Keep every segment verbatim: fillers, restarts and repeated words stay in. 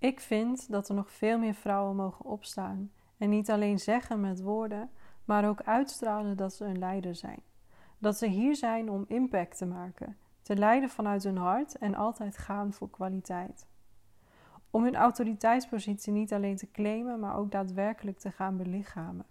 Ik vind dat er nog veel meer vrouwen mogen opstaan en niet alleen zeggen met woorden, maar ook uitstralen dat ze een leider zijn. Dat ze hier zijn om impact te maken, te leiden vanuit hun hart en altijd gaan voor kwaliteit. Om hun autoriteitspositie niet alleen te claimen, maar ook daadwerkelijk te gaan belichamen.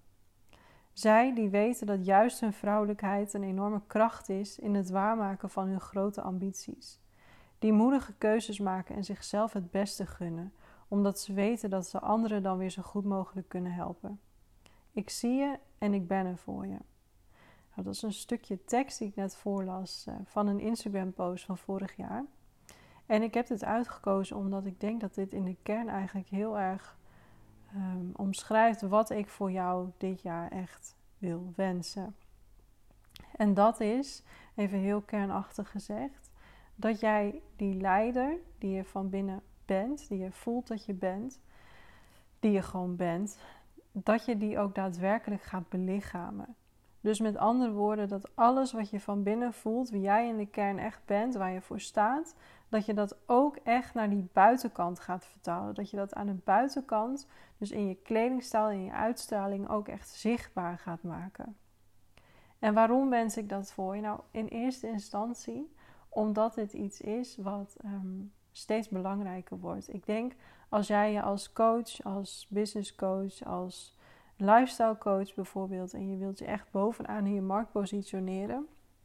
Zij die weten dat juist hun vrouwelijkheid een enorme kracht is in het waarmaken van hun grote ambities. Die moedige keuzes maken en zichzelf het beste gunnen, omdat ze weten dat ze anderen dan weer zo goed mogelijk kunnen helpen. Ik zie je en ik ben er voor je. Nou, dat is een stukje tekst die ik net voorlas uh, van een Instagram post van vorig jaar. En ik heb dit uitgekozen omdat ik denk dat dit in de kern eigenlijk heel erg um, omschrijft wat ik voor jou dit jaar echt wil wensen. En dat is, even heel kernachtig gezegd, dat jij die leider die je van binnen bent, die je voelt dat je bent, die je gewoon bent, dat je die ook daadwerkelijk gaat belichamen. Dus met andere woorden, dat alles wat je van binnen voelt, wie jij in de kern echt bent, waar je voor staat, dat je dat ook echt naar die buitenkant gaat vertalen. Dat je dat aan de buitenkant, dus in je kledingstijl en je uitstraling, ook echt zichtbaar gaat maken. En waarom wens ik dat voor je? Nou, in eerste instantie omdat dit iets is wat um, steeds belangrijker wordt. Ik denk, als jij je als coach, als business coach, als lifestyle coach bijvoorbeeld, en je wilt je echt bovenaan in je markt positioneren,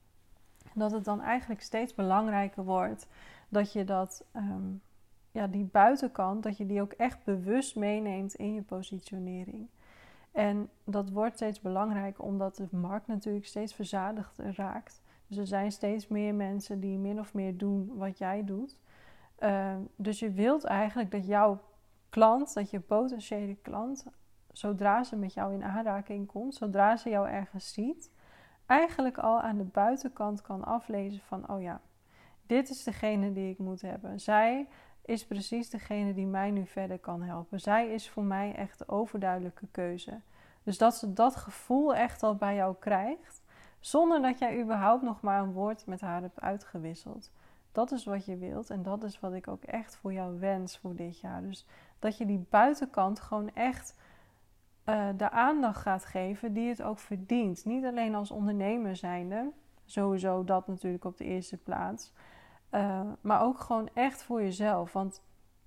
dat het dan eigenlijk steeds belangrijker wordt dat je dat, um, ja, die buitenkant, dat je die ook echt bewust meeneemt in je positionering. En dat wordt steeds belangrijker omdat de markt natuurlijk steeds verzadigder raakt. Dus er zijn steeds meer mensen die min of meer doen wat jij doet. Uh, dus je wilt eigenlijk dat jouw klant, dat je potentiële klant, zodra ze met jou in aanraking komt, zodra ze jou ergens ziet, eigenlijk al aan de buitenkant kan aflezen van, oh ja, dit is degene die ik moet hebben. Zij is precies degene die mij nu verder kan helpen. Zij is voor mij echt de overduidelijke keuze. Dus dat ze dat gevoel echt al bij jou krijgt, zonder dat jij überhaupt nog maar een woord met haar hebt uitgewisseld. Dat is wat je wilt en dat is wat ik ook echt voor jou wens voor dit jaar. Dus dat je die buitenkant gewoon echt uh, de aandacht gaat geven die het ook verdient. Niet alleen als ondernemer zijnde, sowieso dat natuurlijk op de eerste plaats. Uh, maar ook gewoon echt voor jezelf. Want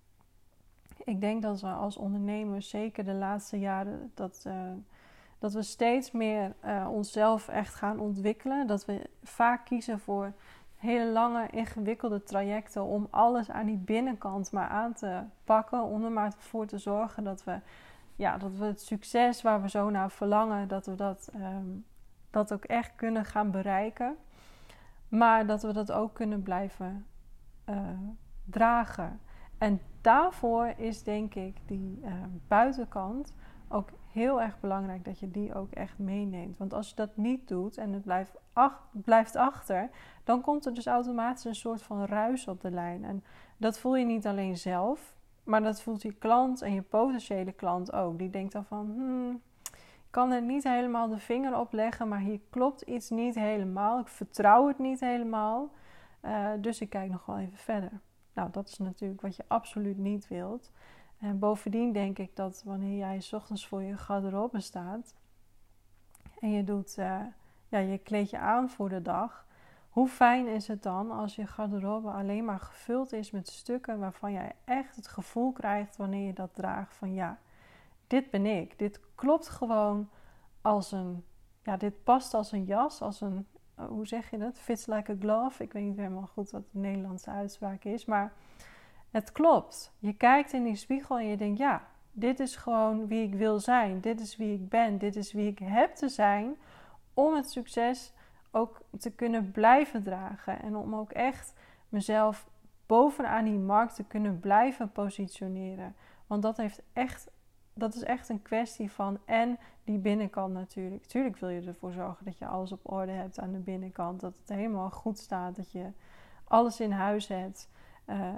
ik denk dat we als ondernemers, zeker de laatste jaren, dat, uh, dat we steeds meer uh, onszelf echt gaan ontwikkelen. Dat we vaak kiezen voor hele lange, ingewikkelde trajecten om alles aan die binnenkant maar aan te pakken. Om er maar voor te zorgen dat we, ja, dat we het succes waar we zo naar verlangen, dat we dat, um, dat ook echt kunnen gaan bereiken. Maar dat we dat ook kunnen blijven uh, dragen. En daarvoor is denk ik die uh, buitenkant ook heel erg belangrijk dat je die ook echt meeneemt. Want als je dat niet doet en het blijft, ach, blijft achter, dan komt er dus automatisch een soort van ruis op de lijn. En dat voel je niet alleen zelf, maar dat voelt je klant en je potentiële klant ook. Die denkt dan van, hmm, ik kan er niet helemaal de vinger op leggen, maar hier klopt iets niet helemaal. Ik vertrouw het niet helemaal, uh, dus ik kijk nog wel even verder. Nou, dat is natuurlijk wat je absoluut niet wilt. En bovendien denk ik dat wanneer jij 's ochtends voor je garderobe staat en je doet, uh, ja, je kleed je aan voor de dag, hoe fijn is het dan als je garderobe alleen maar gevuld is met stukken waarvan jij echt het gevoel krijgt wanneer je dat draagt van ja, dit ben ik. Dit klopt gewoon als een, ja, dit past als een jas, als een, uh, hoe zeg je dat? Fits like a glove. Ik weet niet helemaal goed wat de Nederlandse uitspraak is, maar het klopt. Je kijkt in die spiegel en je denkt, ja, dit is gewoon wie ik wil zijn. Dit is wie ik ben. Dit is wie ik heb te zijn om het succes ook te kunnen blijven dragen. En om ook echt mezelf bovenaan die markt te kunnen blijven positioneren. Want dat heeft echt, dat is echt een kwestie van en die binnenkant natuurlijk. Tuurlijk wil je ervoor zorgen dat je alles op orde hebt aan de binnenkant. Dat het helemaal goed staat. Dat je alles in huis hebt. Uh,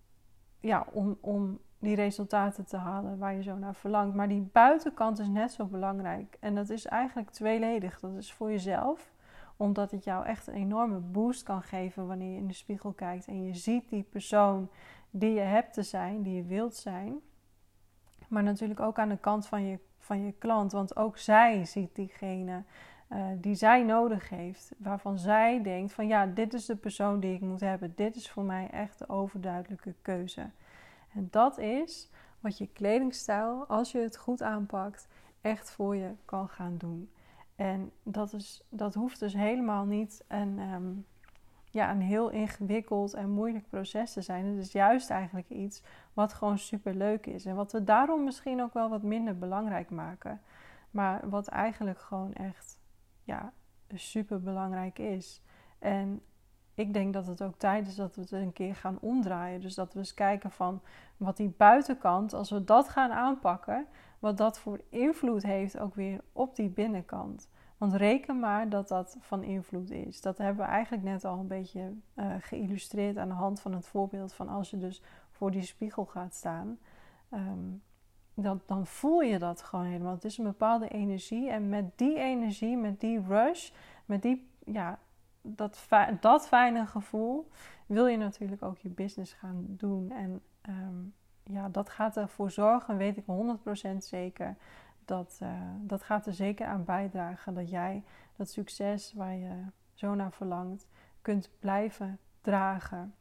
Ja, om, om die resultaten te halen waar je zo naar verlangt. Maar die buitenkant is net zo belangrijk. En dat is eigenlijk tweeledig. Dat is voor jezelf, omdat het jou echt een enorme boost kan geven wanneer je in de spiegel kijkt en je ziet die persoon die je hebt te zijn, die je wilt zijn. Maar natuurlijk ook aan de kant van je, van je klant. Want ook zij ziet diegene uh, die zij nodig heeft. Waarvan zij denkt van ja, dit is de persoon die ik moet hebben. Dit is voor mij echt de overduidelijke keuze. En dat is wat je kledingstijl, als je het goed aanpakt, echt voor je kan gaan doen. En dat, is, dat hoeft dus helemaal niet een, um, ja, een heel ingewikkeld en moeilijk proces te zijn. Het is juist eigenlijk iets wat gewoon super leuk is. En wat we daarom misschien ook wel wat minder belangrijk maken. Maar wat eigenlijk gewoon echt ja, super belangrijk is. En ik denk dat het ook tijd is dat we het een keer gaan omdraaien. Dus dat we eens kijken van wat die buitenkant, als we dat gaan aanpakken, wat dat voor invloed heeft ook weer op die binnenkant. Want reken maar dat dat van invloed is. Dat hebben we eigenlijk net al een beetje uh, geïllustreerd aan de hand van het voorbeeld van als je dus voor die spiegel gaat staan. Um, dan, dan voel je dat gewoon helemaal. Het is een bepaalde energie en met die energie, met die rush, met die, ja, dat, fi- dat fijne gevoel wil je natuurlijk ook je business gaan doen. En um, ja, dat gaat ervoor zorgen, weet ik honderd procent zeker. Dat, uh, dat gaat er zeker aan bijdragen dat jij dat succes waar je zo naar verlangt kunt blijven dragen.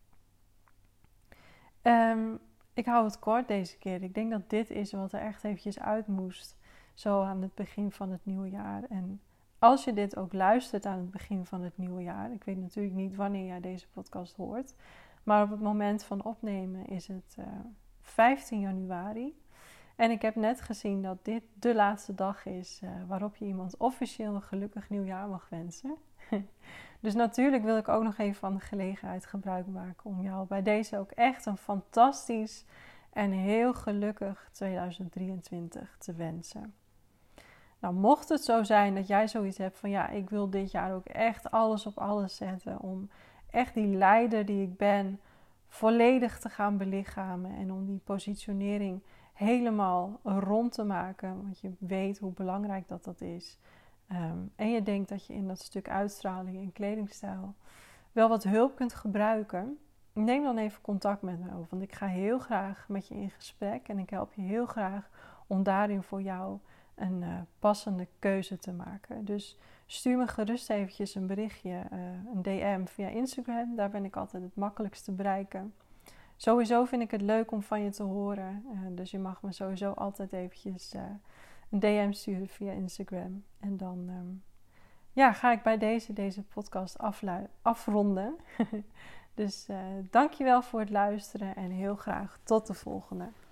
Um, ik hou het kort deze keer. Ik denk dat dit is wat er echt eventjes uit moest. Zo aan het begin van het nieuwe jaar. En als je dit ook luistert aan het begin van het nieuwe jaar. Ik weet natuurlijk niet wanneer jij deze podcast hoort. Maar op het moment van opnemen is het uh, vijftien januari. En ik heb net gezien dat dit de laatste dag is uh, waarop je iemand officieel een gelukkig nieuwjaar mag wensen. Dus natuurlijk wil ik ook nog even van de gelegenheid gebruik maken om jou bij deze ook echt een fantastisch en heel gelukkig tweeduizend drieëntwintig te wensen. Nou, mocht het zo zijn dat jij zoiets hebt van ja, ik wil dit jaar ook echt alles op alles zetten om echt die leider die ik ben volledig te gaan belichamen en om die positionering helemaal rond te maken, want je weet hoe belangrijk dat dat is. Um, en je denkt dat je in dat stuk uitstraling en kledingstijl wel wat hulp kunt gebruiken, neem dan even contact met me op. Want ik ga heel graag met je in gesprek en ik help je heel graag om daarin voor jou een uh, passende keuze te maken. Dus stuur me gerust eventjes een berichtje, uh, een D M via Instagram. Daar ben ik altijd het makkelijkst te bereiken. Sowieso vind ik het leuk om van je te horen. Uh, dus je mag me sowieso altijd eventjes uh, een D M sturen via Instagram. En dan um, ja, ga ik bij deze, deze podcast aflu- afronden. Dus uh, dankjewel voor het luisteren en heel graag tot de volgende.